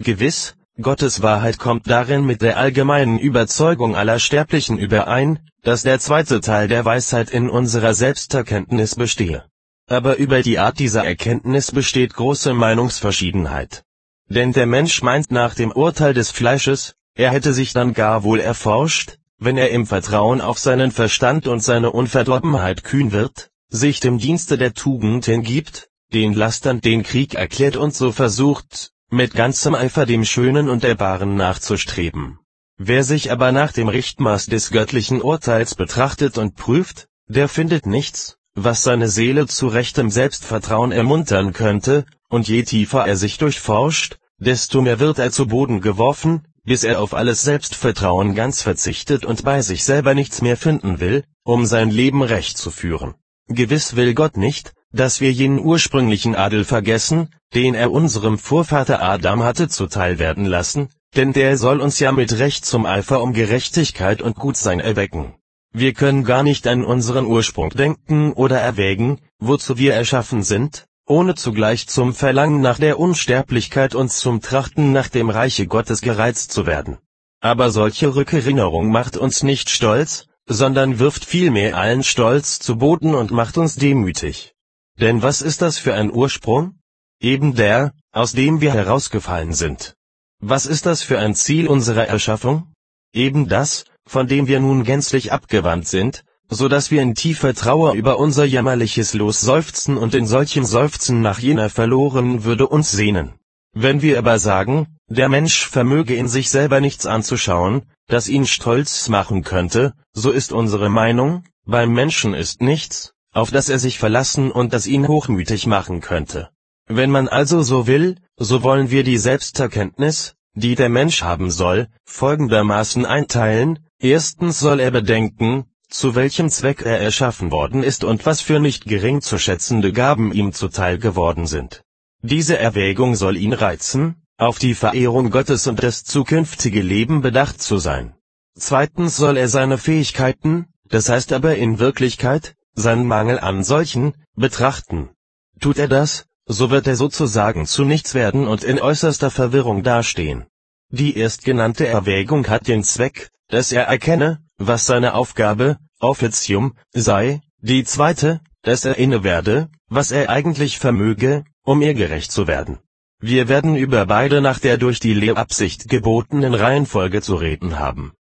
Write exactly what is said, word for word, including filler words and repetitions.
Gewiss, Gottes Wahrheit kommt darin mit der allgemeinen Überzeugung aller Sterblichen überein, dass der zweite Teil der Weisheit in unserer Selbsterkenntnis bestehe. Aber über die Art dieser Erkenntnis besteht große Meinungsverschiedenheit. Denn der Mensch meint nach dem Urteil des Fleisches, er hätte sich dann gar wohl erforscht, wenn er im Vertrauen auf seinen Verstand und seine Unverdorbenheit kühn wird, sich dem Dienste der Tugend hingibt, den Lastern den Krieg erklärt und so versucht, mit ganzem Eifer dem Schönen und Ehrbaren nachzustreben. Wer sich aber nach dem Richtmaß des göttlichen Urteils betrachtet und prüft, der findet nichts, was seine Seele zu rechtem Selbstvertrauen ermuntern könnte, und je tiefer er sich durchforscht, desto mehr wird er zu Boden geworfen, bis er auf alles Selbstvertrauen ganz verzichtet und bei sich selber nichts mehr finden will, um sein Leben recht zu führen. Gewiss will Gott nicht, dass wir jenen ursprünglichen Adel vergessen, den er unserem Vorvater Adam hatte zuteil werden lassen, denn der soll uns ja mit Recht zum Eifer um Gerechtigkeit und Gutsein erwecken. Wir können gar nicht an unseren Ursprung denken oder erwägen, wozu wir erschaffen sind, ohne zugleich zum Verlangen nach der Unsterblichkeit und zum Trachten nach dem Reiche Gottes gereizt zu werden. Aber solche Rückerinnerung macht uns nicht stolz, sondern wirft vielmehr allen Stolz zu Boden und macht uns demütig. Denn was ist das für ein Ursprung? Eben der, aus dem wir herausgefallen sind. Was ist das für ein Ziel unserer Erschaffung? Eben das, von dem wir nun gänzlich abgewandt sind, so dass wir in tiefer Trauer über unser jämmerliches Los seufzen und in solchem Seufzen nach jener verlorenen Würde uns sehnen. Wenn wir aber sagen, der Mensch vermöge in sich selber nichts anzuschauen, das ihn stolz machen könnte, so ist unsere Meinung, beim Menschen ist nichts, auf das er sich verlassen und das ihn hochmütig machen könnte. Wenn man also so will, so wollen wir die Selbsterkenntnis, die der Mensch haben soll, folgendermaßen einteilen: Erstens soll er bedenken, zu welchem Zweck er erschaffen worden ist und was für nicht gering zu schätzende Gaben ihm zuteil geworden sind. Diese Erwägung soll ihn reizen, auf die Verehrung Gottes und das zukünftige Leben bedacht zu sein. Zweitens soll er seine Fähigkeiten, das heißt aber in Wirklichkeit, seinen Mangel an solchen, betrachten. Tut er das, so wird er sozusagen zu nichts werden und in äußerster Verwirrung dastehen. Die erstgenannte Erwägung hat den Zweck, dass er erkenne, was seine Aufgabe, Officium, sei, die zweite, dass er inne werde, was er eigentlich vermöge, um ihr gerecht zu werden. Wir werden über beide nach der durch die Lehrabsicht gebotenen Reihenfolge zu reden haben.